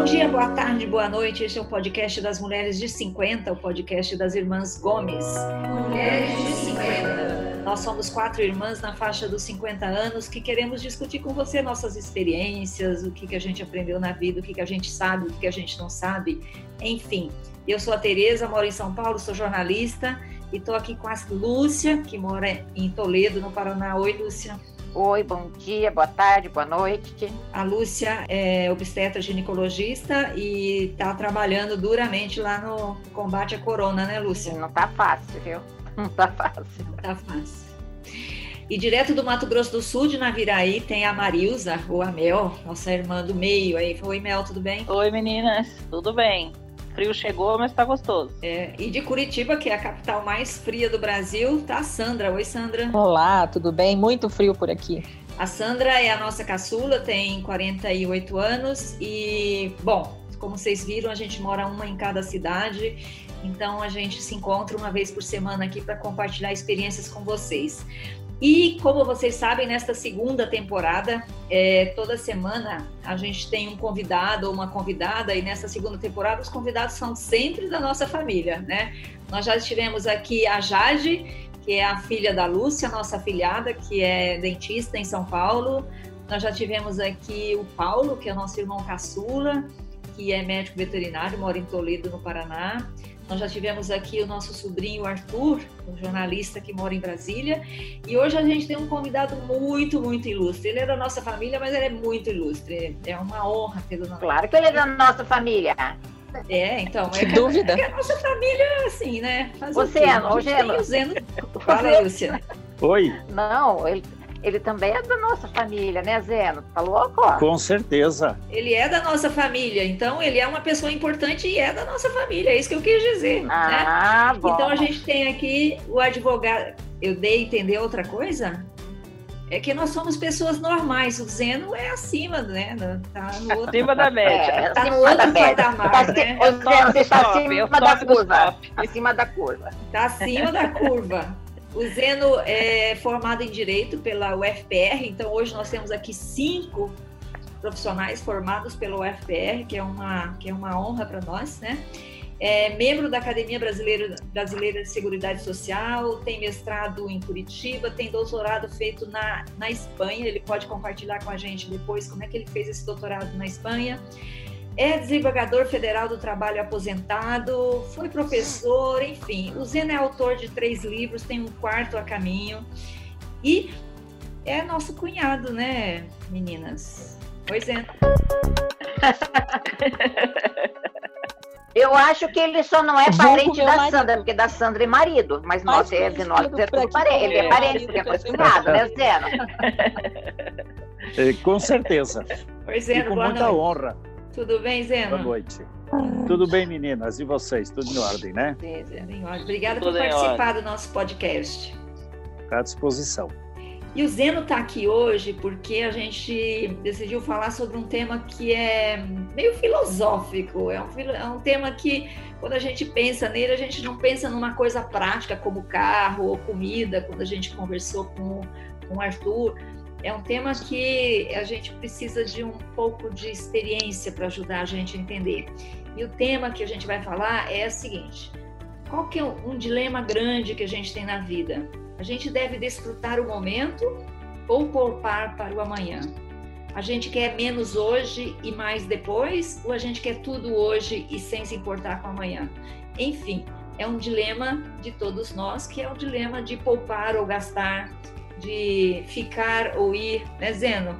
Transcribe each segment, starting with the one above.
Bom dia, boa tarde, boa noite. Este é o podcast das Mulheres de 50, o podcast das Irmãs Gomes. Mulheres de 50. Nós somos 4 irmãs na faixa dos 50 anos que queremos discutir com você nossas experiências, o que a gente aprendeu na vida, o que a gente sabe, o que a gente não sabe, enfim. Eu sou a Tereza, moro em São Paulo, sou jornalista e estou aqui com a Lúcia, que mora em Toledo, no Paraná. Oi, Lúcia. Oi, bom dia, boa tarde, boa noite. A Lúcia é obstetra ginecologista e está trabalhando duramente lá no combate à corona, né, Lúcia? Não tá fácil, viu? Não tá fácil. Não tá fácil. E direto do Mato Grosso do Sul, de Naviraí, tem a Marilza, ou a Mel, nossa irmã do meio aí. Oi, Mel, tudo bem? Oi, meninas, tudo bem? O frio chegou, mas tá gostoso. E de Curitiba, que é a capital mais fria do Brasil, tá a Sandra. Oi, Sandra. Olá, tudo bem? Muito frio por aqui. A Sandra é a nossa caçula, tem 48 anos e, bom, como vocês viram, a gente mora uma em cada cidade, então a gente se encontra uma vez por semana aqui para compartilhar experiências com vocês. E, como vocês sabem, nesta segunda temporada, toda semana a gente tem um convidado ou uma convidada, e nessa segunda temporada os convidados são sempre da nossa família, né? Nós já tivemos aqui a Jade, que é a filha da Lúcia, nossa afilhada, que é dentista em São Paulo. Nós já tivemos aqui o Paulo, que é o nosso irmão caçula, que é médico veterinário, mora em Toledo, no Paraná. Nós já tivemos aqui o nosso sobrinho Arthur, um jornalista que mora em Brasília. E hoje a gente tem um convidado muito, muito ilustre. Ele é da nossa família, mas ele é muito ilustre. É uma honra tê-lo na Claro que ele é da nossa família. Então. Que dúvida. É a nossa família, assim, né? Você é o Zeno. Fala, Lúcia. Oi. Não, ele também é da nossa família, né, Zeno? Tá louco? Com certeza. Ele é da nossa família, então ele é uma pessoa importante e é da nossa família, é isso que eu quis dizer. Ah, né? bom. Então a gente tem aqui o advogado. Eu dei a entender outra coisa? É que nós somos pessoas normais, o Zeno é acima, né? Tá no outro, Acima da média. tá no outro patamar, né? O Zeno, você está top, acima eu da top do curva. top. Acima da curva. Tá acima da curva. O Zeno é formado em Direito pela UFPR, então hoje nós temos aqui 5 profissionais formados pela UFPR, que é uma honra para nós, né? É membro da Academia Brasileira de Seguridade Social, tem mestrado em Curitiba, tem doutorado feito na Espanha, ele pode compartilhar com a gente depois como é que ele fez esse doutorado na Espanha. É desembargador federal do trabalho aposentado, foi professor, enfim. O Zeno é autor de 3 livros, tem um 4º a caminho. E é nosso cunhado, né, meninas? Oi, Zeno. Eu acho que ele só não é parente da Sandra, porque da Sandra é marido, mas nós é tudo parente. Ele é parente, porque é aproximado, né, Zeno? Com certeza. Oi, Zeno, e com boa muita noite. honra. Tudo bem, Zeno? Boa noite. Tudo bem, meninas? E vocês? Tudo em ordem, né? Sim, Zeno. Obrigada por Tudo em participar do nosso podcast. À disposição. E o Zeno está aqui hoje porque a gente decidiu falar sobre um tema que é meio filosófico. É um tema que, quando a gente pensa nele, a gente não pensa numa coisa prática como carro ou comida, quando a gente conversou com o Arthur. É um tema que a gente precisa de um pouco de experiência para ajudar a gente a entender. E o tema que a gente vai falar é o seguinte: qual que é um dilema grande que a gente tem na vida? A gente deve desfrutar o momento ou poupar para o amanhã? A gente quer menos hoje e mais depois? Ou a gente quer tudo hoje e sem se importar com amanhã? Enfim, é um dilema de todos nós, que é o dilema de poupar ou gastar, de ficar ou ir, né, Zeno?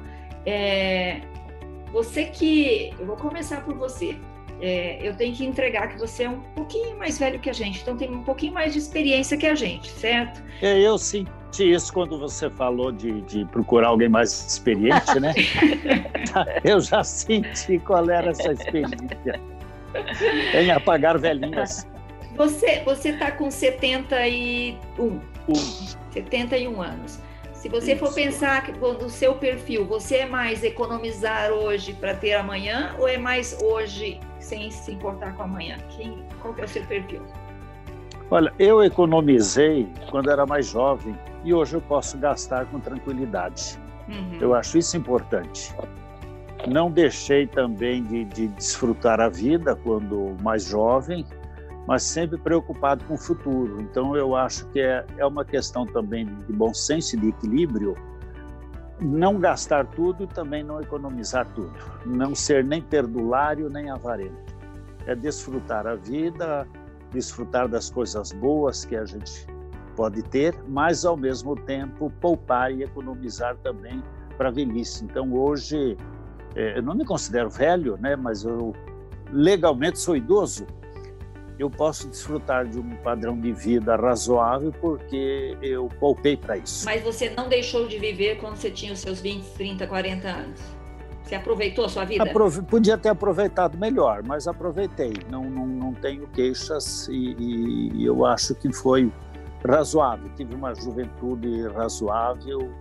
Eu vou começar por você. Eu tenho que entregar que você é um pouquinho mais velho que a gente, então tem um pouquinho mais de experiência que a gente, certo? Eu senti isso quando você falou de procurar alguém mais experiente, né? Eu já senti qual era essa experiência em apagar velhinhas. Você está com 71 anos. Se você for pensar no seu perfil, você é mais economizar hoje para ter amanhã ou é mais hoje sem se importar com amanhã? Qual que é o seu perfil? Olha, eu economizei quando era mais jovem e hoje eu posso gastar com tranquilidade. Eu acho isso importante. Não deixei também de desfrutar a vida quando mais jovem, mas sempre preocupado com o futuro. Então, eu acho que é uma questão também de bom senso e de equilíbrio, não gastar tudo e também não economizar tudo. Não ser nem perdulário, nem avarento. É desfrutar a vida, desfrutar das coisas boas que a gente pode ter, mas, ao mesmo tempo, poupar e economizar também para a velhice. Então, hoje, eu não me considero velho, né? Mas eu legalmente sou idoso. Eu posso desfrutar de um padrão de vida razoável porque eu poupei para isso. Mas você não deixou de viver quando você tinha os seus 20, 30, 40 anos? Você aproveitou a sua vida? Podia ter aproveitado melhor, mas aproveitei. Não tenho queixas e eu acho que foi razoável. Tive uma juventude razoável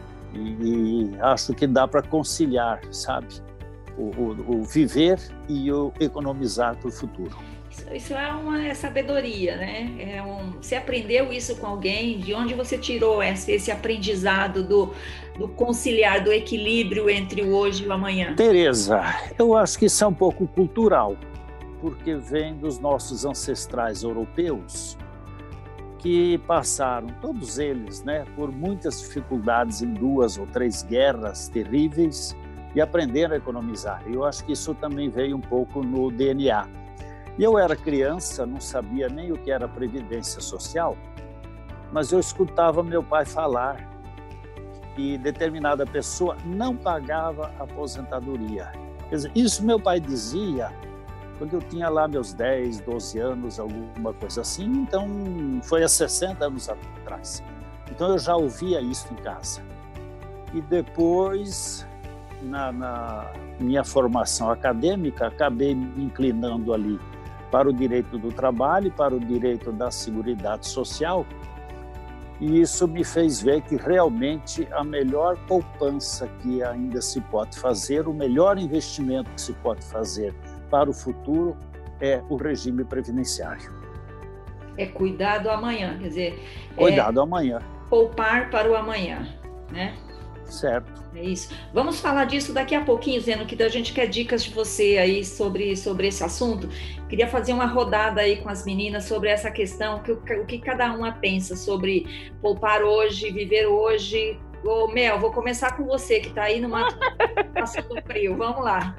e acho que dá para conciliar, sabe? O viver e o economizar para o futuro. Isso é sabedoria, né? Você aprendeu isso com alguém? De onde você tirou esse aprendizado do conciliar, do equilíbrio entre o hoje e o amanhã? Tereza, eu acho que isso é um pouco cultural, porque vem dos nossos ancestrais europeus, que passaram, todos eles, né, por muitas dificuldades em 2 ou 3 guerras terríveis e aprenderam a economizar. Eu acho que isso também veio um pouco no DNA. E eu era criança, não sabia nem o que era previdência social, mas eu escutava meu pai falar que determinada pessoa não pagava aposentadoria. Quer dizer, isso meu pai dizia quando eu tinha lá meus 10, 12 anos, alguma coisa assim, então foi há 60 anos atrás. Então eu já ouvia isso em casa. E depois, na minha formação acadêmica, acabei me inclinando ali para o direito do trabalho, para o direito da seguridade social, e isso me fez ver que realmente a melhor poupança que ainda se pode fazer, o melhor investimento que se pode fazer para o futuro é o regime previdenciário. É cuidar do amanhã, quer dizer... Cuidar do amanhã. Poupar para o amanhã, né? Certo. É isso. Vamos falar disso daqui a pouquinho, Zeno, que a gente quer dicas de você aí sobre esse assunto. Queria fazer uma rodada aí com as meninas sobre essa questão, o que cada uma pensa sobre poupar hoje, viver hoje. Ô, Mel, vou começar com você, que está aí no Mato do Frio. Vamos lá.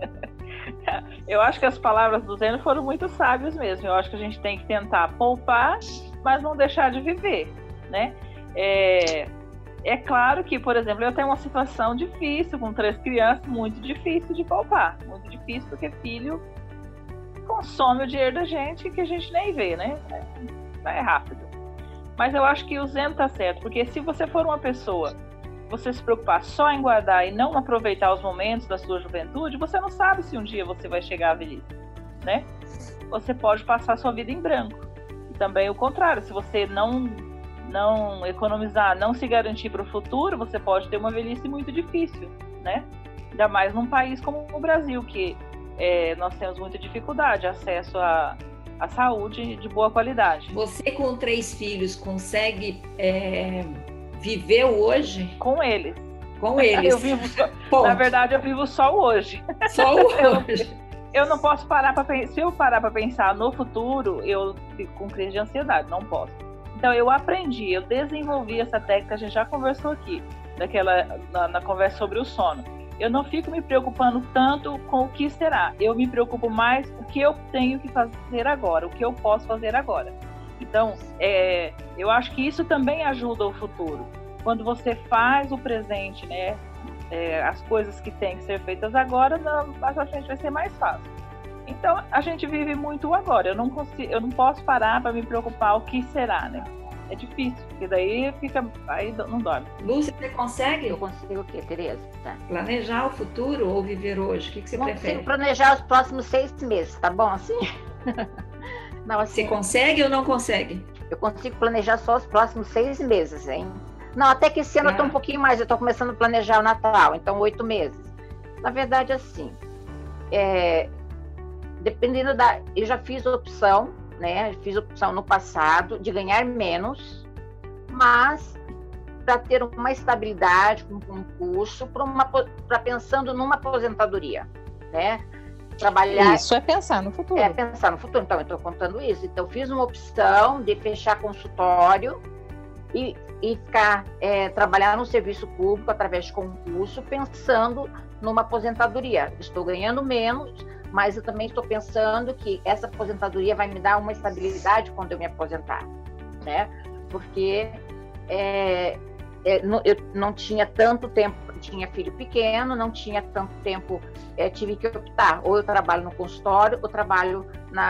Eu acho que as palavras do Zeno foram muito sábias mesmo. Eu acho que a gente tem que tentar poupar, mas não deixar de viver, né? É claro que, por exemplo, eu tenho uma situação difícil com 3 crianças, muito difícil de poupar. Muito difícil porque filho consome o dinheiro da gente que a gente nem vê, né? É rápido. Mas eu acho que o Zeno tá certo, porque se você for uma pessoa, você se preocupar só em guardar e não aproveitar os momentos da sua juventude, você não sabe se um dia você vai chegar à velhice, né? Você pode passar a sua vida em branco. E também o contrário, se você não economizar, não se garantir para o futuro, você pode ter uma velhice muito difícil, né? Ainda mais num país como o Brasil, que nós temos muita dificuldade, acesso à saúde de boa qualidade. Você com 3 filhos consegue viver o hoje? Com eles. Com eles. Na verdade, eu vivo só o hoje. Só o hoje. Eu não posso parar para pensar. Se eu parar para pensar no futuro, eu fico com crise de ansiedade, não posso. Então, eu aprendi, eu desenvolvi essa técnica, a gente já conversou aqui, na conversa sobre o sono. Eu não fico me preocupando tanto com o que será, eu me preocupo mais com o que eu tenho que fazer agora, o que eu posso fazer agora. Então, eu acho que isso também ajuda o futuro. Quando você faz o presente, né, as coisas que têm que ser feitas agora, mais pra frente vai ser mais fácil. Então, a gente vive muito agora. Eu não posso parar para me preocupar o que será, né? É difícil, porque daí não dorme. Lúcia, você consegue? Eu consigo o quê, Tereza? Tá. Planejar o futuro ou viver hoje? O que você prefere? Consigo planejar os próximos 6 meses, tá bom assim? Não, assim? Você consegue ou não consegue? Eu consigo planejar só os próximos 6 meses, hein? Não, até que esse ano eu tô um pouquinho mais, eu tô começando a planejar o Natal, então 8 meses. Na verdade, assim, dependendo eu já fiz opção, né? Fiz opção no passado de ganhar menos, mas para ter uma estabilidade com um concurso, pensando numa aposentadoria, né? Trabalhar... Isso é pensar no futuro. É pensar no futuro. Então, eu estou contando isso. Então, fiz uma opção de fechar consultório e ficar trabalhar no serviço público através de concurso, pensando numa aposentadoria. Estou ganhando menos, mas eu também estou pensando que essa aposentadoria vai me dar uma estabilidade quando eu me aposentar, né? Porque eu não tinha tanto tempo, tinha filho pequeno, não tinha tanto tempo, tive que optar, ou eu trabalho no consultório, ou trabalho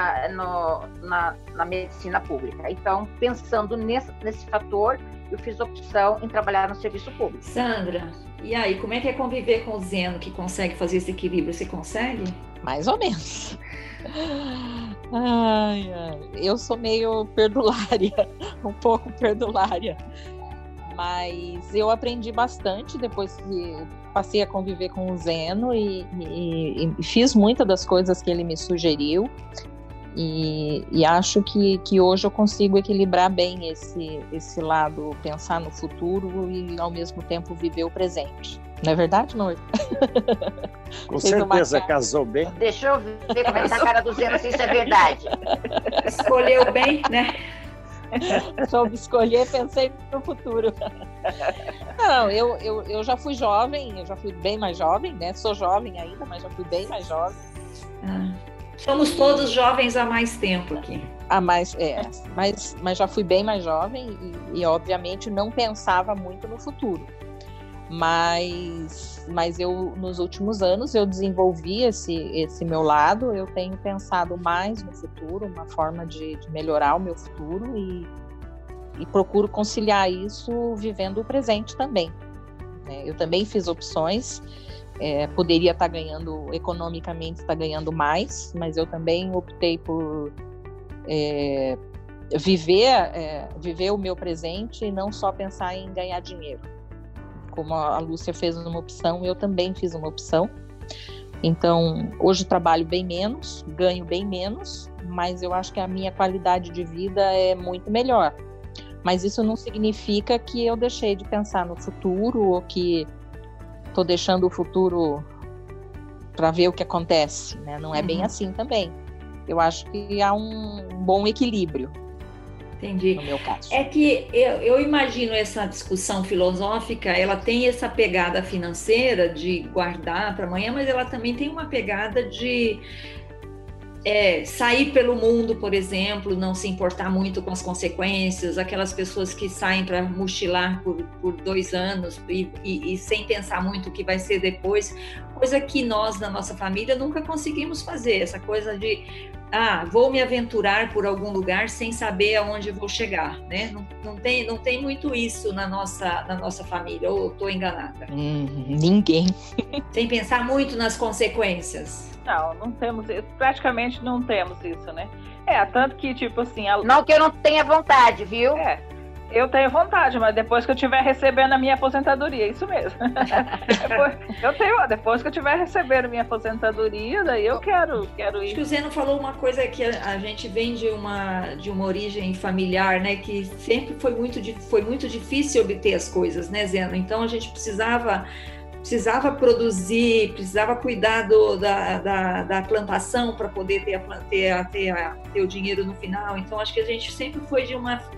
na medicina pública. Então, pensando nesse fator, eu fiz a opção em trabalhar no serviço público. Sandra, e aí, como é que é conviver com o Zeno, que consegue fazer esse equilíbrio? Você consegue? Mais ou menos. Eu sou meio perdulária, um pouco perdulária. Mas eu aprendi bastante depois que passei a conviver com o Zeno e fiz muitas das coisas que ele me sugeriu. E acho que hoje eu consigo equilibrar bem esse lado, pensar no futuro e ao mesmo tempo viver o presente. Não é verdade, Noite? Com certeza casou bem. Deixa eu ver como é que tá a cara do Zeno, se isso é verdade. Escolheu bem, né? Soube escolher, pensei no futuro. Não, eu já fui jovem, eu já fui bem mais jovem, né? Sou jovem ainda, mas já fui bem mais jovem. Somos todos jovens há mais tempo aqui. Mas já fui bem mais jovem e obviamente não pensava muito no futuro. Mas eu, nos últimos anos, eu desenvolvi esse meu lado, eu tenho pensado mais no futuro, uma forma de melhorar o meu futuro e procuro conciliar isso vivendo o presente também. Eu também fiz opções, poderia estar ganhando, economicamente estar ganhando mais, mas eu também optei por viver o meu presente e não só pensar em ganhar dinheiro. Como a Lúcia fez uma opção, eu também fiz uma opção. Então, hoje trabalho bem menos, ganho bem menos, mas eu acho que a minha qualidade de vida é muito melhor. Mas isso não significa que eu deixei de pensar no futuro ou que estou deixando o futuro para ver o que acontece, né? Não é bem assim também. Eu acho que há um bom equilíbrio. Entendi. No meu caso. É que eu imagino essa discussão filosófica, ela tem essa pegada financeira de guardar para amanhã, mas ela também tem uma pegada de sair pelo mundo, por exemplo, não se importar muito com as consequências, aquelas pessoas que saem para mochilar por 2 anos e sem pensar muito o que vai ser depois, coisa que nós, na nossa família, nunca conseguimos fazer, essa coisa de vou me aventurar por algum lugar sem saber aonde vou chegar, né? Não tem muito isso na nossa família, ou estou enganada? Ninguém. Sem pensar muito nas consequências. Não temos, praticamente não temos isso, né? Tanto que, tipo assim... Não que eu não tenha vontade, viu? Eu tenho vontade, mas depois que eu estiver recebendo a minha aposentadoria, isso mesmo. Depois que eu estiver recebendo minha aposentadoria, daí eu quero ir. Acho que o Zeno falou uma coisa que a gente vem de uma origem familiar, né? Que sempre foi muito difícil obter as coisas, né, Zeno? Então a gente precisava produzir, precisava cuidar da plantação para poder ter o dinheiro no final. Então acho que a gente sempre foi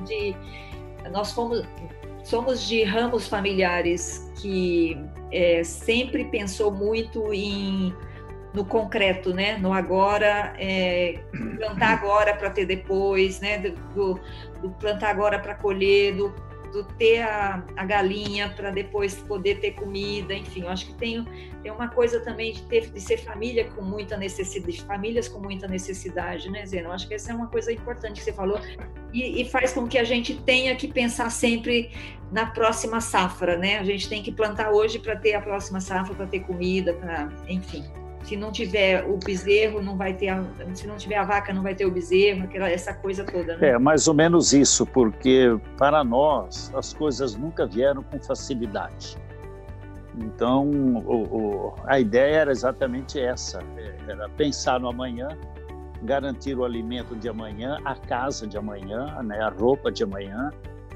nós somos de ramos familiares que sempre pensou muito no concreto, né? No agora, plantar agora para ter depois, né? Do plantar agora para colher, do ter a galinha para depois poder ter comida, enfim, eu acho que tem uma coisa também de ser família com muita necessidade, famílias com muita necessidade, né, Zeno? Eu acho que essa é uma coisa importante que você falou e faz com que a gente tenha que pensar sempre na próxima safra, né? A gente tem que plantar hoje para ter a próxima safra, para ter comida, enfim. Se não tiver o bezerro, não vai ter se não tiver a vaca, não vai ter o bezerro, essa coisa toda, né? Mais ou menos isso, porque para nós as coisas nunca vieram com facilidade. Então, a ideia era exatamente essa, era pensar no amanhã, garantir o alimento de amanhã, a casa de amanhã, né, a roupa de amanhã,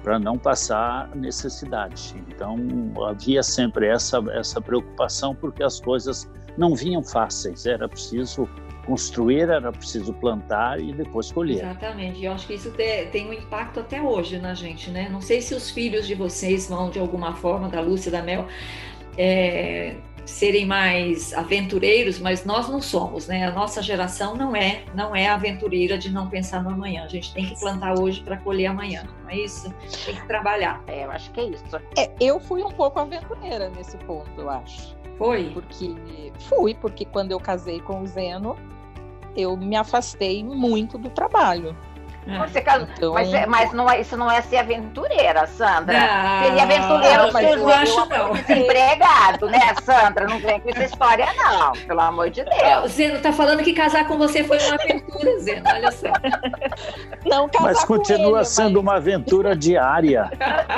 para não passar necessidade. Então, havia sempre essa preocupação, porque as coisas não vinham fáceis, era preciso construir, era preciso plantar e depois colher. Exatamente, e eu acho que isso tem um impacto até hoje na gente, né? Não sei se os filhos de vocês vão, de alguma forma, da Lúcia e da Mel, serem mais aventureiros, mas nós não somos, né? A nossa geração não é aventureira de não pensar no amanhã. A gente tem que plantar hoje para colher amanhã, não é isso? Tem que trabalhar. Eu acho que é isso. Eu fui um pouco aventureira nesse ponto, eu acho. Foi? Porque quando eu casei com o Zeno, eu me afastei muito do trabalho. Você casou, então... mas isso não é ser aventureira, Sandra. Seria aventureiro se eu acho não. Desempregado, né, Sandra? Não vem com essa história, não, pelo amor de Deus. Zeno tá falando que casar com você foi uma aventura, Zeno, olha só. Não casar mas continua sendo uma aventura diária.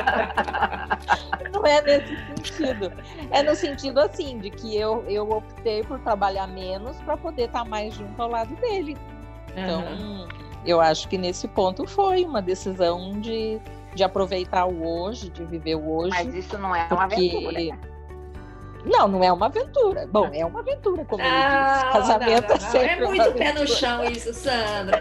Não é nesse sentido. É no sentido, assim, de que eu optei por trabalhar menos para poder estar mais junto ao lado dele. Então... Eu acho que nesse ponto foi uma decisão de aproveitar o hoje, de viver o hoje. Mas isso não é uma aventura. Não é uma aventura. Bom, é uma aventura, como eu disse. Casamento é sempre é muito pé no chão isso, Sandra.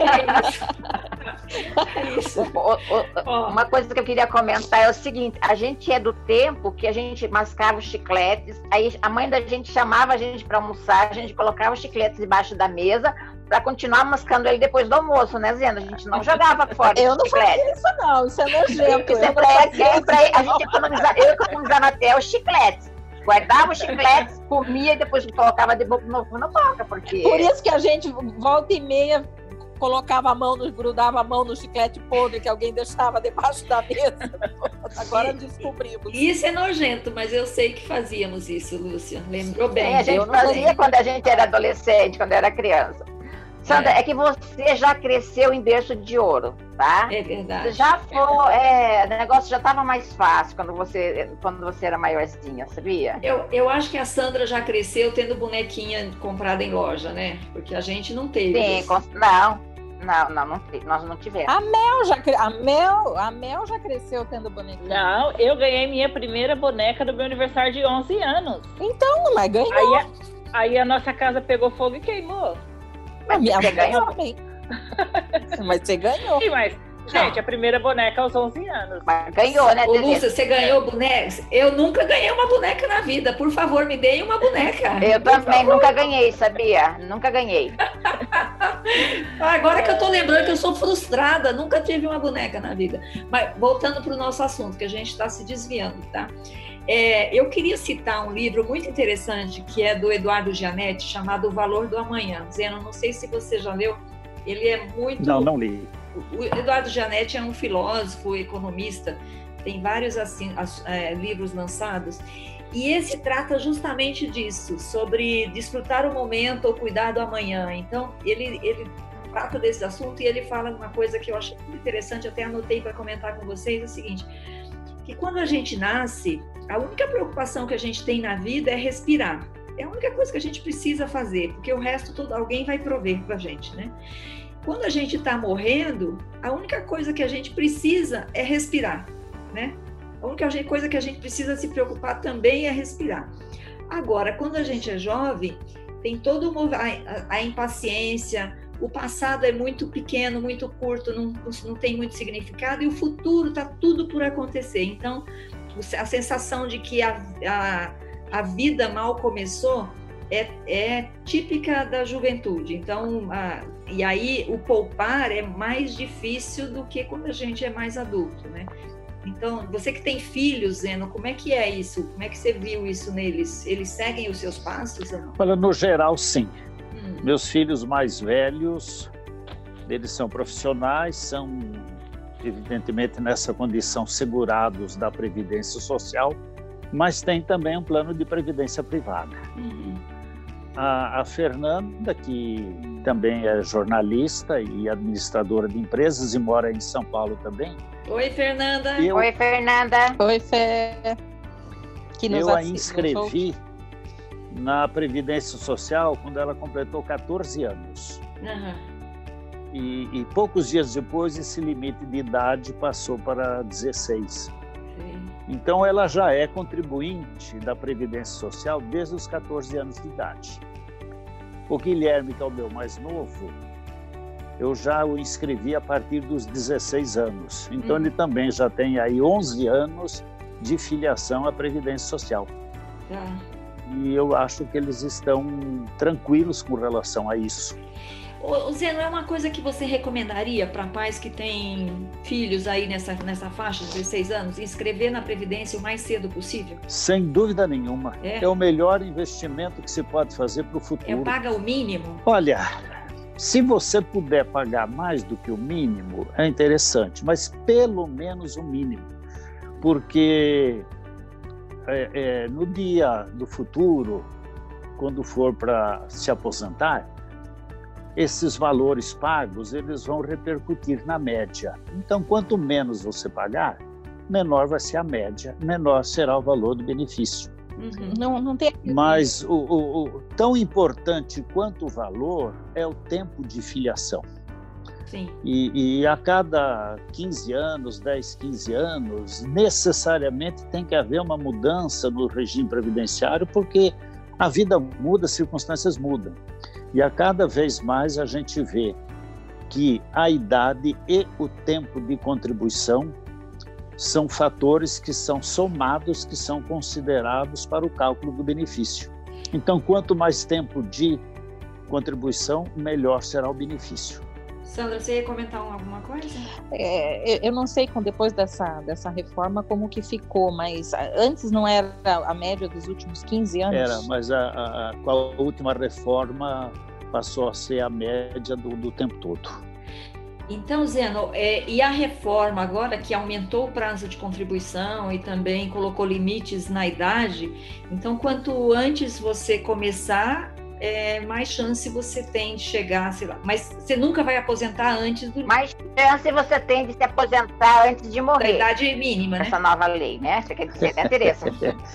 É isso. Uma coisa que eu queria comentar é o seguinte: a gente é do tempo que a gente mascava os chicletes, aí a mãe da gente chamava a gente para almoçar, a gente colocava os chicletes debaixo da mesa para continuar mascando ele depois do almoço, né, Zena? A gente não jogava fora eu não fazia isso, não. Isso é nojento. Eu economizava até os chicletes. Guardava os chicletes, comia e depois colocava de boca novo na boca, porque... Por isso que a gente, volta e meia, grudava a mão no chiclete podre que alguém deixava debaixo da mesa. Agora descobrimos. Isso é nojento, mas eu sei que fazíamos isso, Lúcia. Lembrou bem. A gente fazia quando a gente era adolescente, quando era criança. Sandra, é que você já cresceu em berço de ouro, tá? É verdade. Já foi, o negócio já estava mais fácil quando você era maiorzinha, sabia? Eu acho que a Sandra já cresceu tendo bonequinha comprada em loja, né? Porque a gente não teve. Sim, nós não tivemos. A Mel já cresceu tendo bonequinha. Não, eu ganhei minha primeira boneca do meu aniversário de 11 anos. Então, mas ganhou. Aí a nossa casa pegou fogo e queimou. Mas você ganhou também. Mas você ganhou. Sim, mas, gente, a primeira boneca aos 11 anos. Mas ganhou, né, Ô, Lúcia, você ganhou bonecas? Eu nunca ganhei uma boneca na vida. Por favor, me dê uma boneca. Eu também nunca ganhei, sabia? Nunca ganhei. Agora que eu tô lembrando que eu sou frustrada, nunca tive uma boneca na vida. Mas voltando para o nosso assunto, que a gente está se desviando, tá? Eu queria citar um livro muito interessante, que é do Eduardo Gianetti, chamado O Valor do Amanhã. Zeno, não sei se você já leu, ele é muito... Não li. O Eduardo Gianetti é um filósofo, economista, tem vários livros lançados, e esse trata justamente disso, sobre desfrutar o momento ou cuidar do amanhã. Então, ele trata desse assunto e ele fala uma coisa que eu acho muito interessante, até anotei para comentar com vocês, é o seguinte, que quando a gente nasce, a única preocupação que a gente tem na vida é respirar. É a única coisa que a gente precisa fazer, porque o resto alguém vai prover para a gente, né? Quando a gente está morrendo, a única coisa que a gente precisa é respirar, né? A única coisa que a gente precisa se preocupar também é respirar. Agora, quando a gente é jovem, tem todo a impaciência, o passado é muito pequeno, muito curto, não tem muito significado, e o futuro está tudo por acontecer. Então, a sensação de que a vida mal começou é típica da juventude. Então, e aí o poupar é mais difícil do que quando a gente é mais adulto, né? Então, você que tem filhos, Zeno, como é que é isso? Como é que você viu isso neles? Eles seguem os seus passos ou não? Olha, no geral, sim. Meus filhos mais velhos, eles são profissionais, são, evidentemente, nessa condição, segurados da Previdência Social, mas tem também um plano de previdência privada. A Fernanda, que também é jornalista e administradora de empresas e mora em São Paulo também. Oi, Fernanda. Oi, Fernanda. Oi, Fé. Eu a inscrevi na Previdência Social quando ela completou 14 anos. E poucos dias depois, esse limite de idade passou para 16. Sim. Então, ela já é contribuinte da Previdência Social desde os 14 anos de idade. O Guilherme, que é o meu mais novo, eu já o inscrevi a partir dos 16 anos. Então, ele também já tem aí 11 anos de filiação à Previdência Social. Tá. E eu acho que eles estão tranquilos com relação a isso. Ô, Zeno, é uma coisa que você recomendaria para pais que têm filhos aí nessa faixa de 16 anos, inscrever na Previdência o mais cedo possível? Sem dúvida nenhuma. É o melhor investimento que se pode fazer para o futuro. Paga o mínimo? Olha, se você puder pagar mais do que o mínimo, é interessante, mas pelo menos o mínimo. Porque no dia do futuro, quando for para se aposentar, esses valores pagos, eles vão repercutir na média. Então, quanto menos você pagar, menor vai ser a média, menor será o valor do benefício. Não tem... Mas o tão importante quanto o valor é o tempo de filiação. Sim. E a cada 15 anos, 10, 15 anos, necessariamente tem que haver uma mudança no regime previdenciário, porque a vida muda, as circunstâncias mudam. E a cada vez mais a gente vê que a idade e o tempo de contribuição são fatores que são somados, que são considerados para o cálculo do benefício. Então, quanto mais tempo de contribuição, melhor será o benefício. Sandra, você ia comentar alguma coisa? Eu não sei, depois dessa reforma, como que ficou, mas antes não era a média dos últimos 15 anos? Era, mas com a última reforma passou a ser a média do tempo todo. Então, Zeno, e a reforma agora que aumentou o prazo de contribuição e também colocou limites na idade, então quanto antes você começar, mais chance você tem de chegar, sei lá, mas você nunca vai aposentar antes do... Mais chance você tem de se aposentar antes de morrer. Da idade mínima, né? Essa nova lei, né? Você quer dizer, né, Tereza?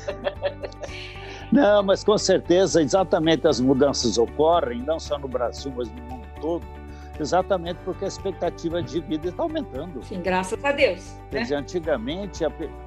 Não, mas com certeza, exatamente as mudanças ocorrem, não só no Brasil, mas no mundo todo, exatamente porque a expectativa de vida está aumentando. Sim, graças a Deus. Quer dizer, antigamente,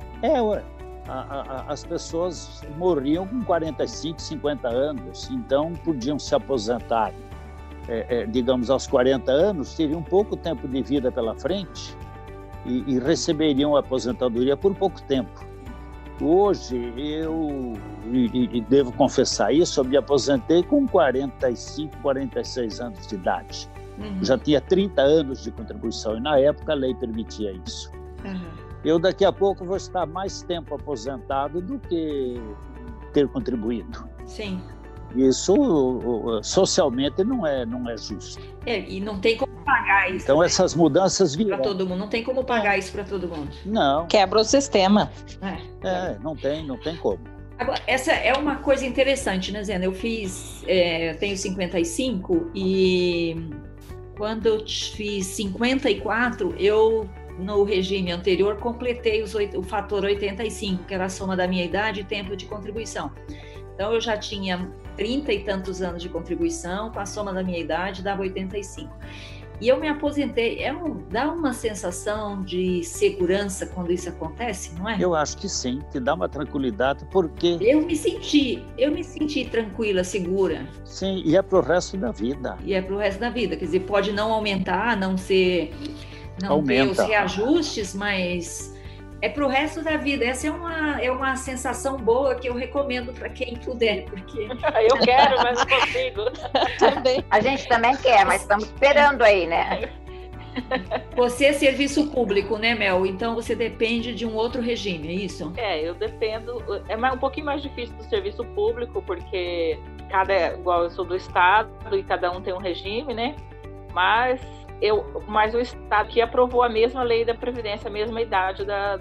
as pessoas morriam com 45, 50 anos, então podiam se aposentar, digamos, aos 40 anos, teriam pouco tempo de vida pela frente e receberiam a aposentadoria por pouco tempo. Hoje, eu devo confessar isso, eu me aposentei com 45, 46 anos de idade. Já tinha 30 anos de contribuição e na época a lei permitia isso. Eu daqui a pouco vou estar mais tempo aposentado do que ter contribuído. Sim. Isso socialmente não é justo. E não tem como pagar isso. Então essas mudanças virão. Para todo mundo, não tem como pagar isso para todo mundo. Não. Quebra o sistema. Não tem como. Agora, essa é uma coisa interessante, né, Zena? Eu tenho 55 e quando eu fiz 54, no regime anterior, completei o fator 85, que era a soma da minha idade e tempo de contribuição. Então, eu já tinha 30 e tantos anos de contribuição, com a soma da minha idade, dava 85. E eu me aposentei. Dá uma sensação de segurança quando isso acontece, não é? Eu acho que sim, que dá uma tranquilidade, porque... Eu me senti tranquila, segura. Sim, e é para o resto da vida. Quer dizer, pode não aumentar, não ter os reajustes, mas é para o resto da vida. Essa é uma sensação boa que eu recomendo para quem puder, porque... Eu quero, mas não consigo. Também. A gente também quer, mas estamos esperando aí, né? Você é serviço público, né, Mel? Então você depende de um outro regime, é isso? Eu dependo. É um pouquinho mais difícil do serviço público, porque igual eu sou do Estado e cada um tem um regime, né? Mas o Estado que aprovou a mesma lei da Previdência, a mesma idade da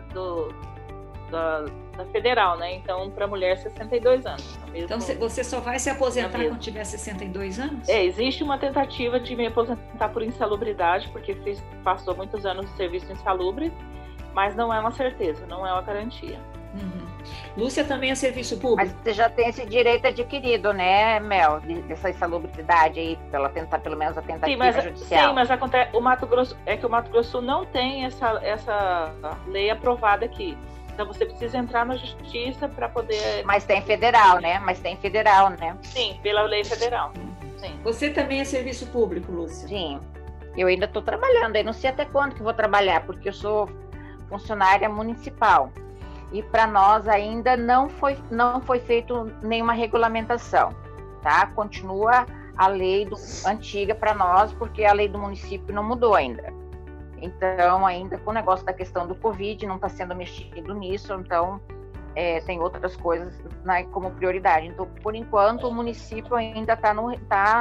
federal, né? Então, para mulher, 62 anos. Então, você só vai se aposentar quando tiver 62 anos? Existe uma tentativa de me aposentar por insalubridade, porque passou muitos anos de serviço insalubre, mas não é uma certeza, não é uma garantia. Lúcia também é serviço público? Mas você já tem esse direito adquirido, né, Mel? Dessa insalubridade aí, pelo menos a tentativa judicial. Sim, mas acontece, o Mato Grosso do Sul não tem essa lei aprovada aqui. Então você precisa entrar na justiça para poder... Mas tem federal, né? Sim, pela lei federal. Sim. Você também é serviço público, Lúcia? Sim. Eu ainda estou trabalhando, aí não sei até quando que vou trabalhar, porque eu sou funcionária municipal. E para nós ainda não foi feito nenhuma regulamentação, tá? Continua a lei antiga para nós, porque a lei do município não mudou ainda. Então, ainda com o negócio da questão do Covid, não está sendo mexido nisso, então tem outras coisas, né, como prioridade. Então, por enquanto, o município ainda está no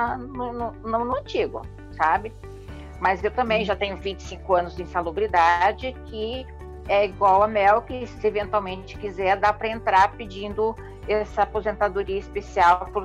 antigo, sabe? Mas eu também já tenho 25 anos de insalubridade, que é igual a Mel, que se eventualmente quiser, dá para entrar pedindo essa aposentadoria especial por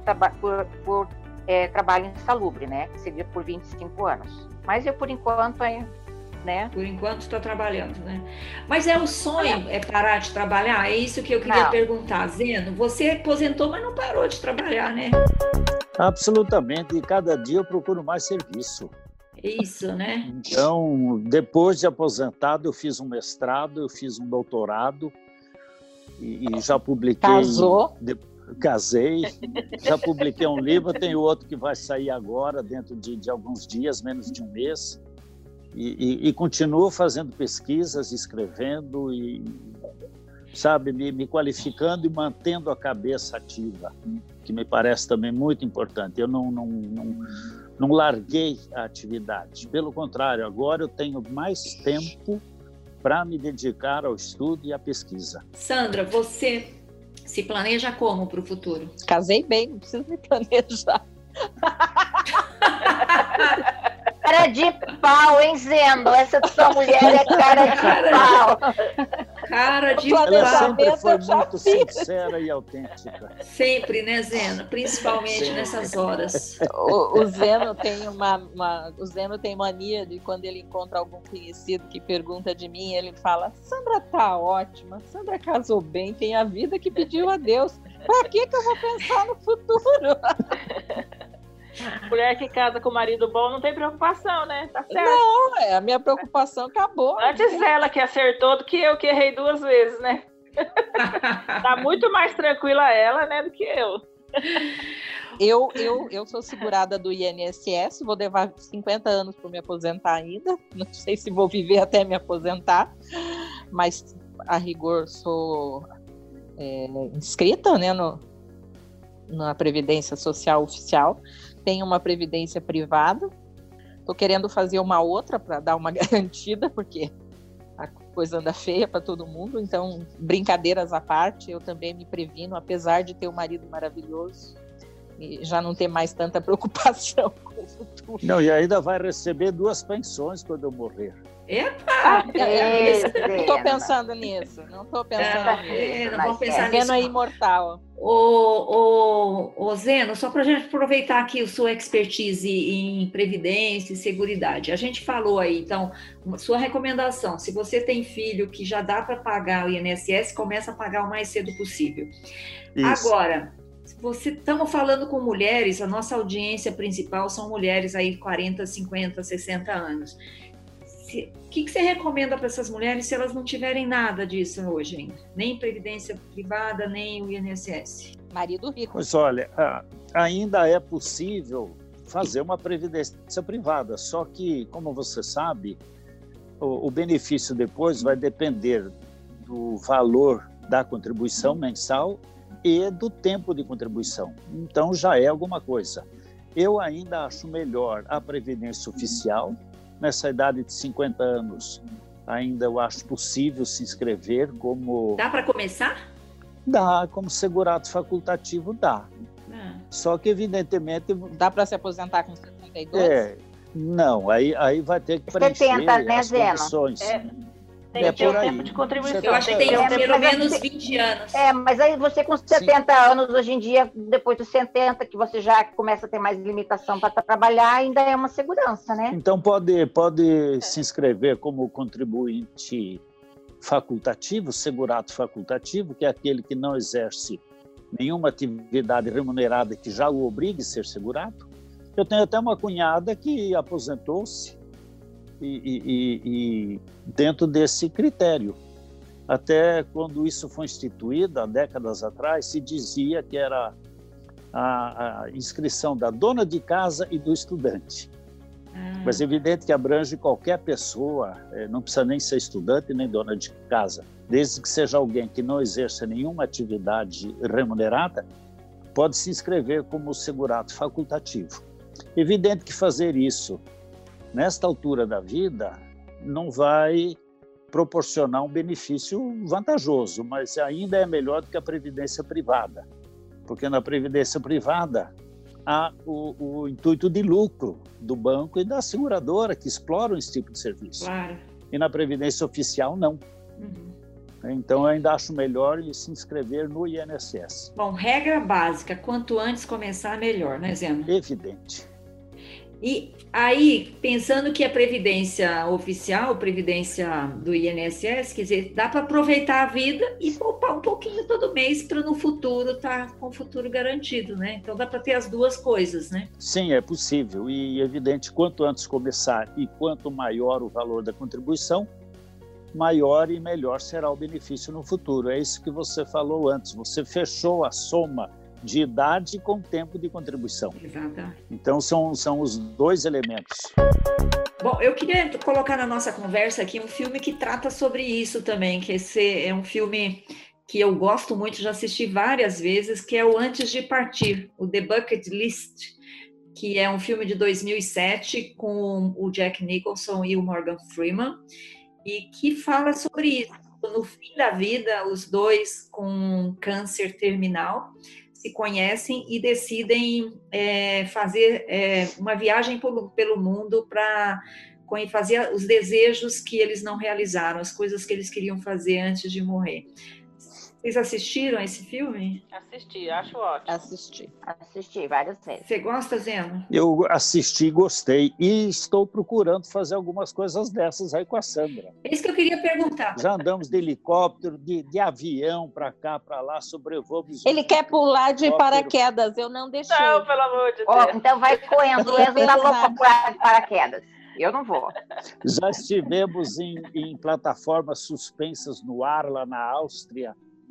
trabalho insalubre, né? Que seria por 25 anos. Mas eu, por enquanto, né? Por enquanto está trabalhando, né? Mas o sonho é parar de trabalhar? É isso que eu queria perguntar. Zeno, você aposentou, mas não parou de trabalhar, né? Absolutamente. E cada dia eu procuro mais serviço. Isso, né? Então, depois de aposentado, eu fiz um mestrado, eu fiz um doutorado e já publiquei... Casou? Casei, já publiquei um livro, tem outro que vai sair agora, dentro de alguns dias, menos de um mês, e continuo fazendo pesquisas, escrevendo e, sabe, me qualificando e mantendo a cabeça ativa, que me parece também muito importante. Eu não larguei a atividade. Pelo contrário, agora eu tenho mais tempo para me dedicar ao estudo e à pesquisa. Sandra, você se planeja como para o futuro? Casei bem, não preciso me planejar. Cara de pau, hein, Zeno? Essa sua mulher é cara de pau. Cara de pau. Ela sempre foi muito sincera e autêntica. Sempre, né, Zeno? Principalmente nessas horas. O Zeno tem mania de quando ele encontra algum conhecido que pergunta de mim, ele fala: Sandra tá ótima, Sandra casou bem, tem a vida que pediu a Deus. Pra que eu vou pensar no futuro? Mulher que casa com marido bom não tem preocupação, né? Tá certo. Não, a minha preocupação acabou. Antes ela que acertou do que eu que errei 2 vezes, né? Tá muito mais tranquila ela, né, do que eu. Eu sou segurada do INSS, vou levar 50 anos para me aposentar ainda. Não sei se vou viver até me aposentar, mas a rigor sou inscrita, né, na Previdência Social Oficial. Tenho uma previdência privada. Estou querendo fazer uma outra para dar uma garantida, porque a coisa anda feia para todo mundo. Então, brincadeiras à parte, eu também me previno, apesar de ter um marido maravilhoso e já não ter mais tanta preocupação com o futuro. Não, e ainda vai receber 2 pensões quando eu morrer. Epa! Não estou pensando nisso. Não vou pensar nisso. Zeno é imortal. Ô, Zeno, só para a gente aproveitar aqui a sua expertise em previdência e seguridade. A gente falou aí, então, sua recomendação: se você tem filho que já dá para pagar o INSS, começa a pagar o mais cedo possível. Isso. Agora, estamos falando com mulheres, a nossa audiência principal são mulheres aí 40, 50, 60 anos. O que você recomenda para essas mulheres se elas não tiverem nada disso hoje ainda? Nem previdência privada, nem o INSS? Marido rico. Pois olha, ainda é possível fazer uma previdência privada, só que, como você sabe, o benefício depois vai depender do valor da contribuição mensal e do tempo de contribuição. Então já é alguma coisa. Eu ainda acho melhor a previdência oficial. Nessa idade de 50 anos, ainda eu acho possível se inscrever como... Dá para começar? Dá, como segurado facultativo dá. Só que, evidentemente... Dá para se aposentar com 72? Não, aí vai ter que preencher 70, né, as condições. Tem que ter o tempo de contribuição. Eu acho que tem pelo menos 20 anos. Mas aí você com 70 anos, hoje em dia, depois dos 70, que você já começa a ter mais limitação para trabalhar, ainda é uma segurança, né? Então pode se inscrever como contribuinte facultativo, segurato facultativo, que é aquele que não exerce nenhuma atividade remunerada que já o obrigue a ser segurado. Eu tenho até uma cunhada que aposentou-se e dentro desse critério. Até quando isso foi instituído, há décadas atrás, se dizia que era a inscrição da dona de casa e do estudante. Mas é evidente que abrange qualquer pessoa, não precisa nem ser estudante nem dona de casa. Desde que seja alguém que não exerça nenhuma atividade remunerada, pode se inscrever como segurado facultativo. Evidente que fazer isso, nesta altura da vida, não vai proporcionar um benefício vantajoso, mas ainda é melhor do que a previdência privada, porque na previdência privada há o intuito de lucro do banco e da seguradora que exploram esse tipo de serviço. Claro. E na previdência oficial, não. Então, eu ainda acho melhor se inscrever no INSS. Bom, regra básica, quanto antes começar, melhor, né, Zeno? Evidente. E aí, pensando que a previdência oficial, previdência do INSS, quer dizer, dá para aproveitar a vida e poupar um pouquinho todo mês para no futuro estar com o futuro garantido, né? Então, dá para ter as duas coisas, né? Sim, é possível. E, evidente, quanto antes começar e quanto maior o valor da contribuição, maior e melhor será o benefício no futuro. É isso que você falou antes. Você fechou a soma de idade com tempo de contribuição. Exatamente. Então, são os dois elementos. Bom, eu queria colocar na nossa conversa aqui um filme que trata sobre isso também, que esse é um filme que eu gosto muito, já assisti várias vezes, que é o Antes de Partir, o The Bucket List, que é um filme de 2007 com o Jack Nicholson e o Morgan Freeman, e que fala sobre isso. No fim da vida, os dois com câncer terminal se conhecem e decidem fazer uma viagem pelo mundo para fazer os desejos que eles não realizaram, as coisas que eles queriam fazer antes de morrer. Vocês assistiram esse filme? Assisti, acho ótimo. Assisti várias vezes. Você gosta, Zeno? Eu assisti, gostei e estou procurando fazer algumas coisas dessas aí com a Sandra. É isso que eu queria perguntar. Já andamos de helicóptero, de avião para cá, para lá, sobrevoamos. Ele quer pular de paraquedas, eu não deixei. Não, pelo amor de Deus. Então vai correndo, o Enzo tá louco para pular de paraquedas. Eu não vou. Já estivemos em plataformas suspensas no ar, lá na Áustria,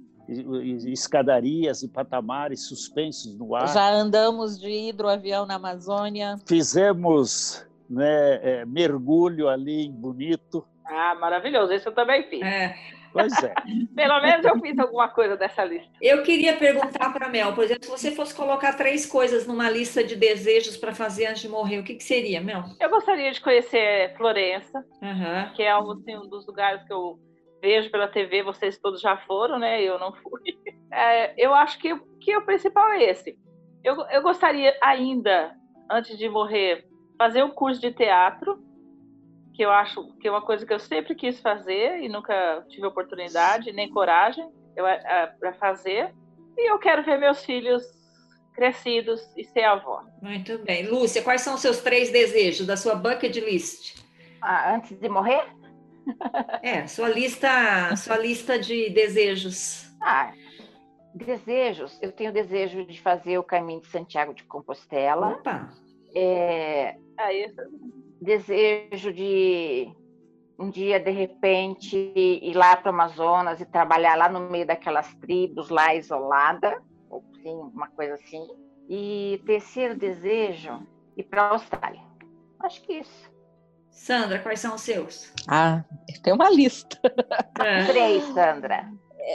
escadarias e patamares suspensos no ar. Já andamos de hidroavião na Amazônia. Fizemos mergulho ali em Bonito. Ah, maravilhoso. Isso eu também fiz. Pois é. Pelo menos eu fiz alguma coisa dessa lista. Eu queria perguntar para a Mel, por exemplo, se você fosse colocar 3 coisas numa lista de desejos para fazer antes de morrer, o que seria, Mel? Eu gostaria de conhecer Florença, que é um dos lugares que eu vejo pela TV, vocês todos já foram, né? Eu não fui. Eu acho que o principal é esse. Eu gostaria ainda, antes de morrer, fazer um curso de teatro, que eu acho que é uma coisa que eu sempre quis fazer e nunca tive oportunidade, nem coragem para fazer. E eu quero ver meus filhos crescidos e ser avó. Muito bem. Lúcia, quais são os seus 3 desejos da sua bucket list? Antes de morrer? Sua lista de desejos. Desejos. Eu tenho desejo de fazer o caminho de Santiago de Compostela. Opa! Desejo de um dia, de repente, ir lá para o Amazonas e trabalhar lá no meio daquelas tribos lá isolada, ou sim, uma coisa assim. E terceiro desejo, ir para a Austrália. Acho que isso. Sandra, quais são os seus? Tem uma lista. 3, Sandra.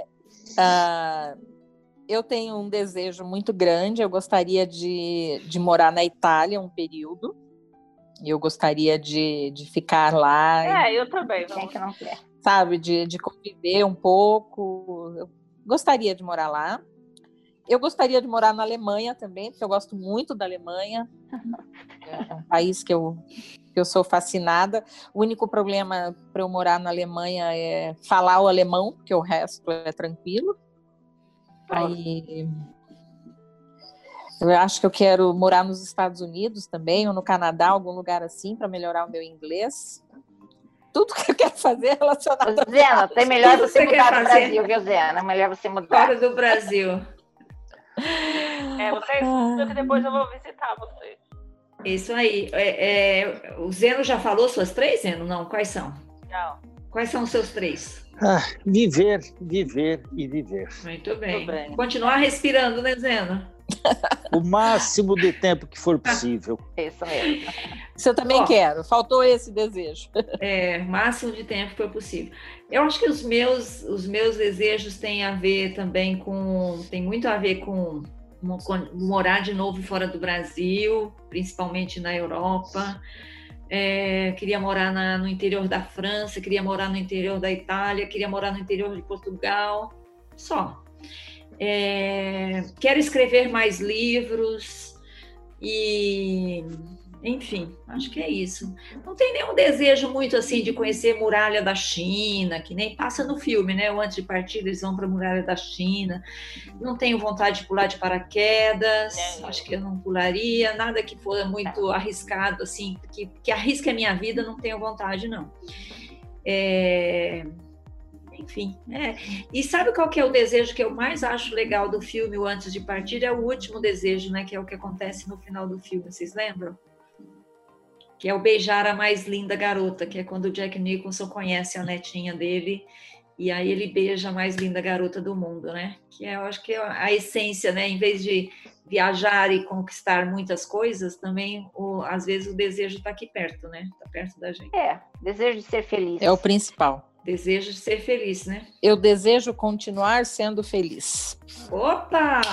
Eu tenho um desejo muito grande, eu gostaria de morar na Itália um período. Eu gostaria de ficar lá. Eu também. Quem que não quer? Sabe, de conviver um pouco. Eu gostaria de morar lá. Eu gostaria de morar na Alemanha também, porque eu gosto muito da Alemanha. É um país que eu sou fascinada. O único problema para eu morar na Alemanha é falar o alemão, porque o resto é tranquilo. Aí, eu acho que eu quero morar nos Estados Unidos também, ou no Canadá, algum lugar assim, para melhorar o meu inglês. Tudo que eu quero fazer é relacionado Ô, Zena, tem melhor Tudo você que você quer mudar do fazer. Brasil, viu, Zena? É melhor você mudar. Fora do Brasil. Vocês estudam que depois eu vou visitar vocês. Isso aí. O Zeno já falou suas 3, Zeno? Não, quais são? Não. Quais são os seus 3? Viver e viver. Muito bem. Tudo bem. Continuar respirando, né, Zeno? O máximo de tempo que for possível. Isso mesmo. Isso eu também Ó. quero. Faltou esse desejo. O máximo de tempo que for possível. Eu acho que os meus desejos têm a ver também tem muito a ver com morar de novo fora do Brasil, principalmente na Europa. Queria morar no interior da França, queria morar no interior da Itália, queria morar no interior de Portugal, só. Quero escrever mais livros e, enfim, acho que é isso. Não tem nenhum desejo muito assim de conhecer a muralha da China, que nem passa no filme, né? Antes de partir, eles vão para a muralha da China. Não tenho vontade de pular de paraquedas, acho que eu não pularia. Nada que for muito arriscado, assim, que arrisque a minha vida, não tenho vontade, não. Enfim, E sabe qual que é o desejo que eu mais acho legal do filme, o Antes de Partir? É o último desejo, né? Que é o que acontece no final do filme, vocês lembram? Que é o beijar a mais linda garota, que é quando o Jack Nicholson conhece a netinha dele, e aí ele beija a mais linda garota do mundo, né? Que eu acho que é a essência, né? Em vez de viajar e conquistar muitas coisas, também, às vezes, o desejo está aqui perto, né? Está perto da gente. Desejo de ser feliz. É o principal. Desejo de ser feliz, né? Eu desejo continuar sendo feliz. Opa!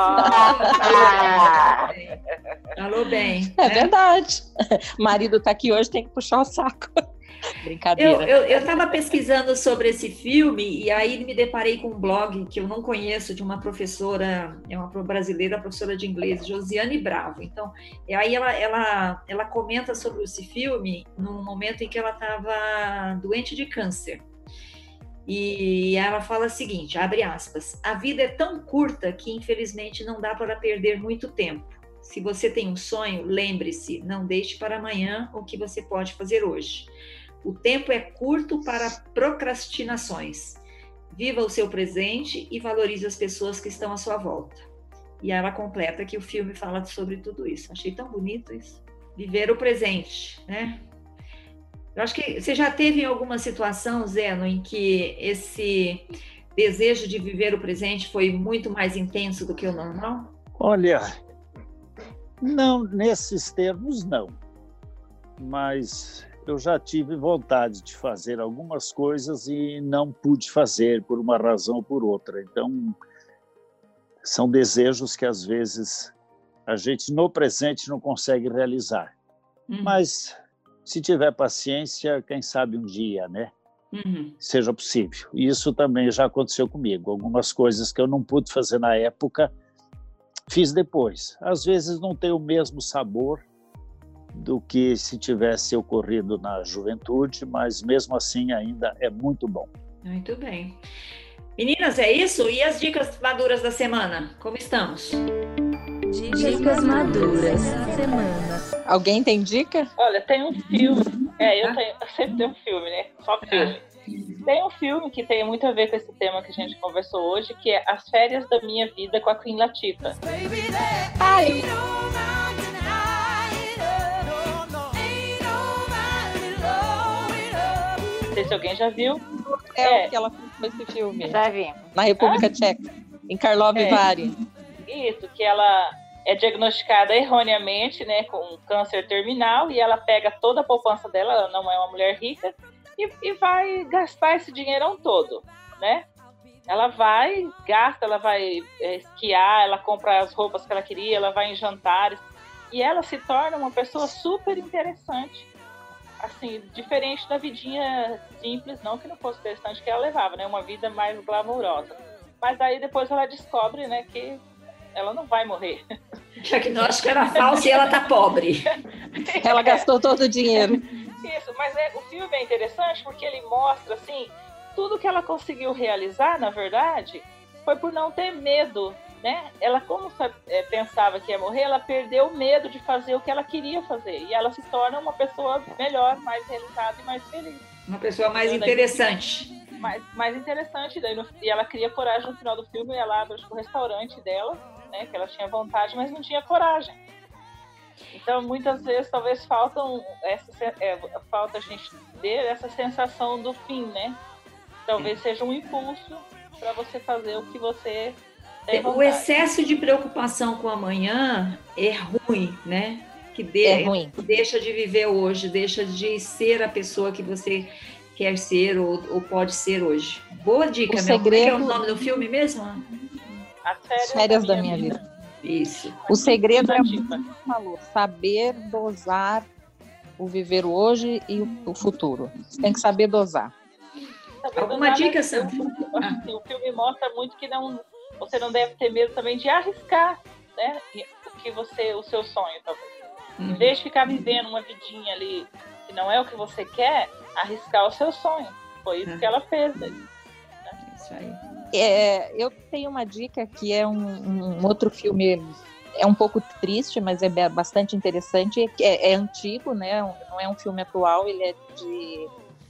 Falou bem. É verdade. O marido está aqui hoje, tem que puxar o saco. Brincadeira. Eu estava pesquisando sobre esse filme e aí me deparei com um blog que eu não conheço, de uma professora, uma brasileira, professora de inglês, Josiane Bravo. Então, aí ela comenta sobre esse filme num momento em que ela estava doente de câncer. E ela fala o seguinte, abre aspas, a vida é tão curta que infelizmente não dá para perder muito tempo. Se você tem um sonho, lembre-se, não deixe para amanhã o que você pode fazer hoje. O tempo é curto para procrastinações. Viva o seu presente e valorize as pessoas que estão à sua volta. E ela completa que o filme fala sobre tudo isso. Achei tão bonito isso. Viver o presente, né? Eu acho que você já teve em alguma situação, Zeno, em que esse desejo de viver o presente foi muito mais intenso do que o normal? Olha, não, nesses termos não. Mas eu já tive vontade de fazer algumas coisas e não pude fazer por uma razão ou por outra. Então, são desejos que às vezes a gente no presente não consegue realizar. Mas se tiver paciência, quem sabe um dia, né? Seja possível. E isso também já aconteceu comigo. Algumas coisas que eu não pude fazer na época, fiz depois. Às vezes não tem o mesmo sabor do que se tivesse ocorrido na juventude, mas mesmo assim ainda é muito bom. Muito bem. Meninas, é isso? E as dicas maduras da semana? Como estamos? Dicas maduras da semana. Alguém tem dica? Olha, tem um filme. Eu sempre tenho um filme, né? Só filme. Tem um filme que tem muito a ver com esse tema que a gente conversou hoje, que é As Férias da Minha Vida com a Queen Latifah. Ai, Não sei se alguém já viu. o que ela fez com esse filme. Já vi. Na República Tcheca, em Karlovy Vary. Isso, que ela é diagnosticada erroneamente, né, com câncer terminal, e ela pega toda a poupança dela, ela não é uma mulher rica, e vai gastar esse dinheirão todo, né? Ela vai, gasta, ela vai esquiar, ela compra as roupas que ela queria, ela vai em jantares, e ela se torna uma pessoa super interessante, assim, diferente da vidinha simples, não que não fosse interessante que ela levava, né, uma vida mais glamourosa. Mas aí depois ela descobre, né, que ela não vai morrer. Diagnóstico era falso e ela tá pobre. Ela gastou todo o dinheiro. Isso, mas o filme é interessante porque ele mostra, assim, tudo que ela conseguiu realizar, na verdade, foi por não ter medo né? Ela, como pensava que ia morrer, ela perdeu o medo de fazer o que ela queria fazer. E ela se torna uma pessoa melhor, mais realizada e mais feliz. Uma pessoa mais interessante. Mais interessante. E ela cria coragem no final do filme, e ela abre o restaurante dela, né? Que ela tinha vontade, mas não tinha coragem. Então, muitas vezes, talvez falta a gente ter essa sensação do fim, né? Talvez seja um impulso para você fazer o que você tem vontade. O excesso de preocupação com o amanhã é ruim, né? É ruim. Deixa de viver hoje, deixa de ser a pessoa que você quer ser ou pode ser hoje. Boa dica, meu. Como é que é o nome do filme mesmo? As Férias da Minha Vida. Isso. O segredo é o que você falou, saber dosar o viver hoje e o futuro. Você tem que saber dosar. Alguma dica, Sandra? O filme mostra muito que você não deve ter medo também de arriscar, né? O seu sonho, talvez. Em vez de ficar vivendo uma vidinha ali que não é o que você quer, arriscar o seu sonho. Foi isso que ela fez. Né? Isso aí. Eu tenho uma dica que é um outro filme, é um pouco triste, mas é bastante interessante. É antigo, né? Não é um filme atual, ele é de,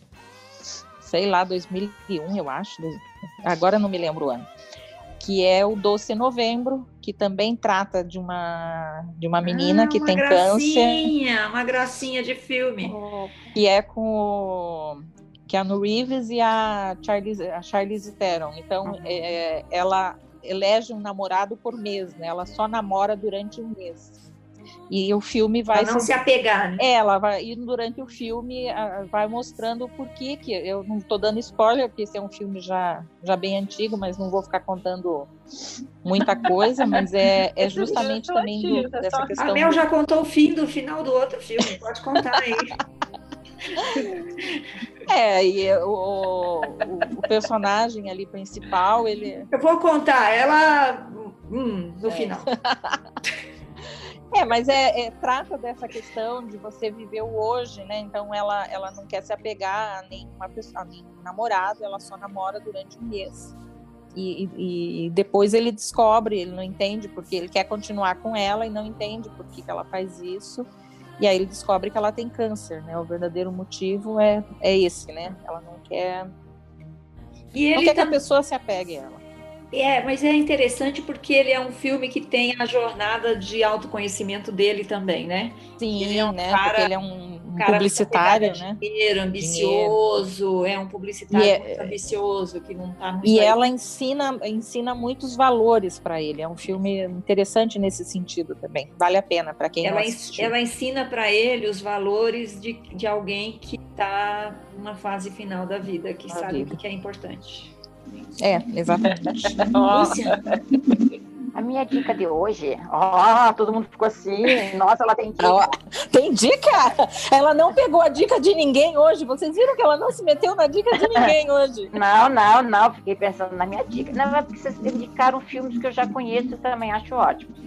sei lá, 2001, eu acho. Agora não me lembro o ano. Que é o Doce Novembro, que também trata de uma menina que tem câncer. Uma gracinha de filme. Que é com o Keanu Reeves e a Charlize Theron. Então, ela elege um namorado por mês, né? Ela só namora durante um mês. E o filme vai... Pra não se apegar, né? Ela vai... E durante o filme vai mostrando o porquê que... Eu não estou dando spoiler, porque esse é um filme já bem antigo, mas não vou ficar contando muita coisa, mas é justamente também dessa questão... A Mel já contou o final do outro filme, pode contar aí. E o personagem ali principal, ele... Eu vou contar, ela no final. Mas trata dessa questão de você viver o hoje, né? Então ela não quer se apegar a nenhuma pessoa, a nenhum namorado, ela só namora durante um mês. E depois ele descobre, ele não entende porque ele quer continuar com ela e não entende por que ela faz isso. E aí ele descobre que ela tem câncer, né? O verdadeiro motivo é esse, né? Ela não quer, que a pessoa se apegue a ela. Mas é interessante porque ele é um filme que tem a jornada de autoconhecimento dele também, né? Sim, ele é porque ele é um publicitário, né? Dinheiro, ambicioso, é um publicitário muito ambicioso, que não está muito... E ela ensina muitos valores para ele. É um filme interessante nesse sentido também. Vale a pena para quem não assistiu. Ela ensina para ele os valores de alguém que está numa fase final da vida, que sabe o que é importante. Exatamente. Lúcia? A minha dica de hoje, todo mundo ficou assim, nossa, ela tem dica. Tem dica? Ela não pegou a dica de ninguém hoje, vocês viram que ela não se meteu na dica de ninguém hoje. Não, fiquei pensando na minha dica. Não, é porque vocês indicaram filmes que eu já conheço e também acho ótimos.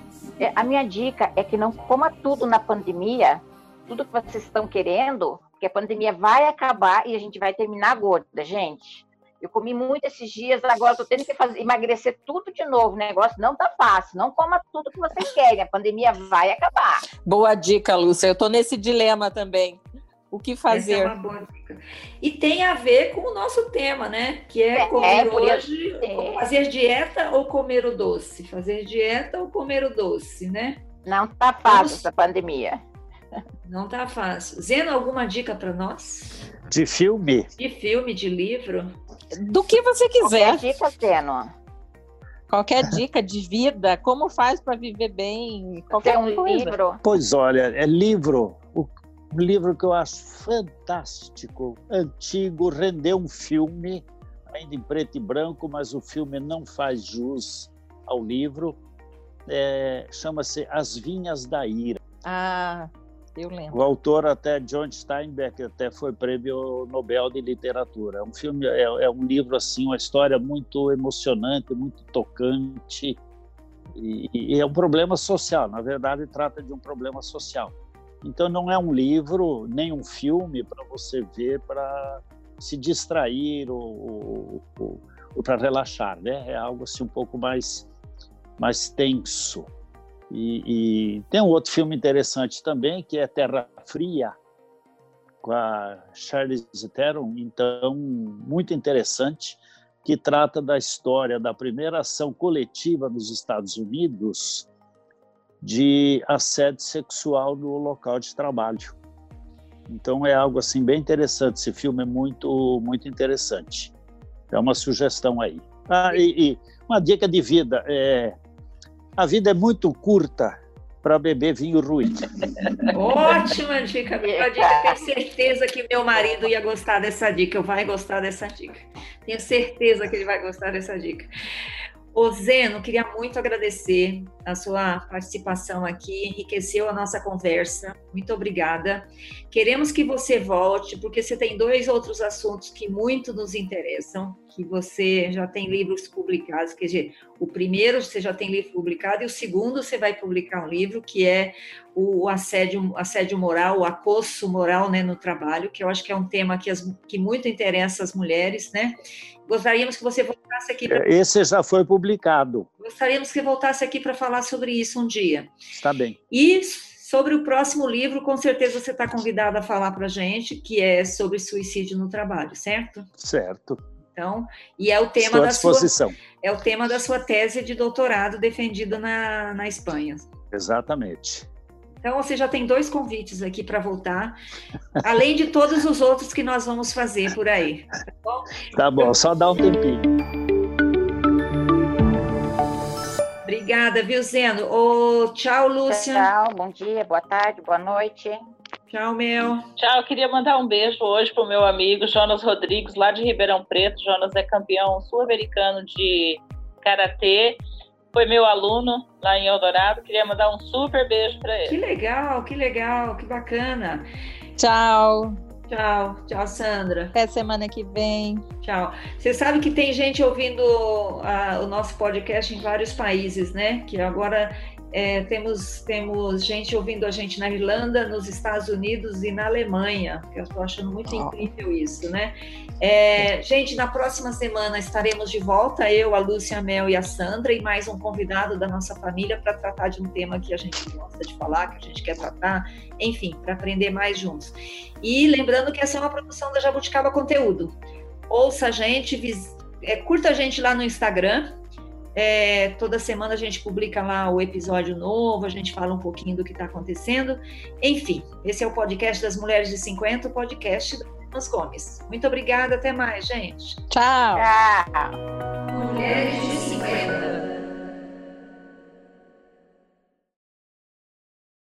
A minha dica é que não coma tudo na pandemia, tudo que vocês estão querendo, porque a pandemia vai acabar e a gente vai terminar gorda, gente. Eu comi muito esses dias, agora estou tendo que emagrecer tudo de novo. O negócio não tá fácil. Não coma tudo que vocês querem. A pandemia vai acabar. Boa dica, Lúcia. Eu estou nesse dilema também. O que fazer? Essa é uma boa dica. E tem a ver com o nosso tema, né? Que é comer hoje, fazer dieta ou comer o doce. Fazer dieta ou comer o doce, né? Não tá fácil essa pandemia. Não tá fácil. Zeno, alguma dica para nós? De filme? De filme, de livro? Do que você quiser. Qualquer dica, Zeno. Qualquer dica de vida, como faz para viver bem, qualquer coisa. Livro. Pois olha, é livro. Um livro que eu acho fantástico, antigo, rendeu um filme, ainda em preto e branco, mas o filme não faz jus ao livro. Chama-se As Vinhas da Ira. Eu lembro. O autor até John Steinbeck até foi prêmio Nobel de Literatura. É um filme, é um livro assim, uma história muito emocionante, muito tocante e é um problema social. Na verdade, trata de um problema social. Então, não é um livro nem um filme para você ver para se distrair ou para relaxar, né? É algo assim um pouco mais mais tenso. E tem um outro filme interessante também, que é Terra Fria, com a Charlize Theron, então, muito interessante, que trata da história da primeira ação coletiva nos Estados Unidos de assédio sexual no local de trabalho. Então, é algo assim bem interessante. Esse filme é muito, muito interessante. É uma sugestão aí. E uma dica de vida. A vida é muito curta para beber vinho ruim. Ótima dica. Tenho certeza que meu marido ia gostar dessa dica. Vai gostar dessa dica. Tenho certeza que ele vai gostar dessa dica. Ô Zeno, queria muito agradecer a sua participação aqui, enriqueceu a nossa conversa, muito obrigada. Queremos que você volte, porque você tem 2 outros assuntos que muito nos interessam, que você já tem livros publicados, quer dizer, o primeiro você já tem livro publicado e o segundo você vai publicar um livro, que é o assédio moral, o acoso moral, né, no trabalho, que eu acho que é um tema que muito interessa as mulheres, né? Gostaríamos que você voltasse aqui. Esse já foi publicado. Gostaríamos que voltasse aqui para falar sobre isso um dia. Está bem. E sobre o próximo livro, com certeza você está convidado a falar para a gente, que é sobre suicídio no trabalho, certo? Certo. Então, e é o tema é o tema da sua tese de doutorado defendida na Espanha. Exatamente. Então, você já tem 2 convites aqui para voltar, além de todos os outros que nós vamos fazer por aí. Tá bom? Tá bom, só dá um tempinho. Obrigada, viu, Zeno? Tchau, Lúcia. Tchau, bom dia, boa tarde, boa noite. Tchau, Mel. Tchau, eu queria mandar um beijo hoje para o meu amigo Jonas Rodrigues, lá de Ribeirão Preto. Jonas é campeão sul-americano de karatê. Foi meu aluno lá em Eldorado. Queria mandar um super beijo para ele. Que legal, que bacana. Tchau. Tchau, Sandra. Até semana que vem. Tchau. Você sabe que tem gente ouvindo o nosso podcast em vários países, né? Que agora temos gente ouvindo a gente na Irlanda, nos Estados Unidos e na Alemanha, que eu estou achando muito incrível isso, né? Gente, na próxima semana estaremos de volta, eu, a Lúcia, a Mel e a Sandra, e mais um convidado da nossa família para tratar de um tema que a gente gosta de falar, que a gente quer tratar, enfim, para aprender mais juntos. E lembrando que essa é uma produção da Jabuticaba Conteúdo. Ouça a gente, curta a gente lá no Instagram. Toda semana a gente publica lá o episódio novo, a gente fala um pouquinho do que está acontecendo. Enfim, esse é o podcast das Mulheres de 50, o podcast da Ana Gomes. Muito obrigada, até mais, gente. Tchau. Tchau. Mulheres de 50.